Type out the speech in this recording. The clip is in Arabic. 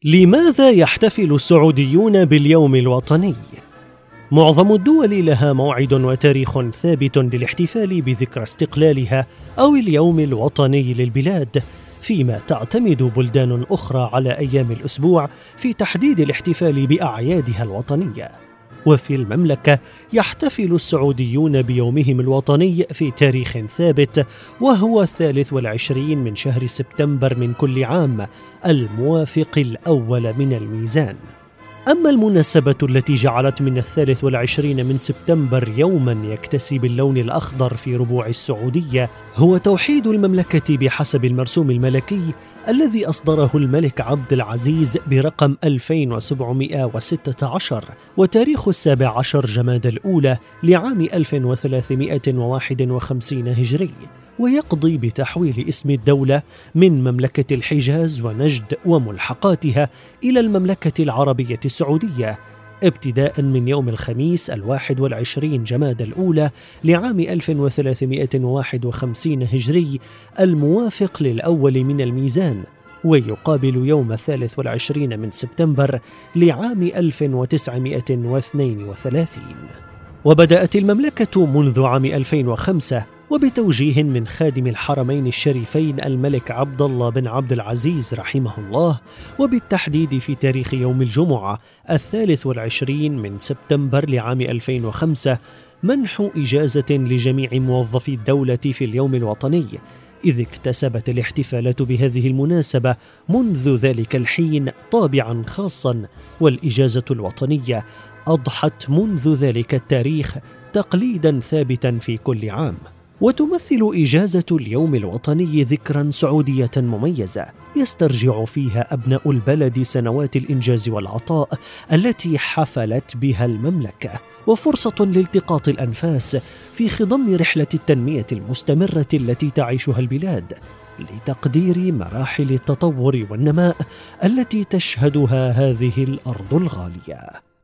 لماذا يحتفل السعوديون باليوم الوطني؟ معظم الدول لها موعد وتاريخ ثابت للاحتفال بذكرى استقلالها أو اليوم الوطني للبلاد، فيما تعتمد بلدان أخرى على أيام الأسبوع في تحديد الاحتفال بأعيادها الوطنية. وفي المملكة يحتفل السعوديون بيومهم الوطني في تاريخ ثابت، وهو 23 من شهر سبتمبر من كل عام، الموافق الأول من الميزان. أما المناسبة التي جعلت من 23 من سبتمبر يوماً يكتسي باللون الأخضر في ربوع السعودية هو توحيد المملكة بحسب المرسوم الملكي الذي أصدره الملك عبد العزيز برقم 2716، وتاريخ 17 جمادى الأولى لعام 1351 هجري، ويقضي بتحويل اسم الدولة من مملكة الحجاز ونجد وملحقاتها إلى المملكة العربية السعودية، ابتداء من يوم الخميس 21 جمادى الأولى لعام 1351 هجري الموافق للأول من الميزان، ويقابل يوم 23 من سبتمبر لعام 1932. وبدأت المملكة منذ عام 2005 وبتوجيه من خادم الحرمين الشريفين الملك عبد الله بن عبد العزيز رحمه الله، وبالتحديد في تاريخ يوم الجمعة 23 من سبتمبر لعام 2005 منح إجازة لجميع موظفي الدولة في اليوم الوطني، إذ اكتسبت الاحتفالات بهذه المناسبة منذ ذلك الحين طابعا خاصا، والإجازة الوطنية أضحت منذ ذلك التاريخ تقليدا ثابتا في كل عام. وتمثل إجازة اليوم الوطني ذكرا سعودية مميزة يسترجع فيها أبناء البلد سنوات الإنجاز والعطاء التي حفلت بها المملكة، وفرصة لالتقاط الأنفاس في خضم رحلة التنمية المستمرة التي تعيشها البلاد لتقدير مراحل التطور والنماء التي تشهدها هذه الأرض الغالية.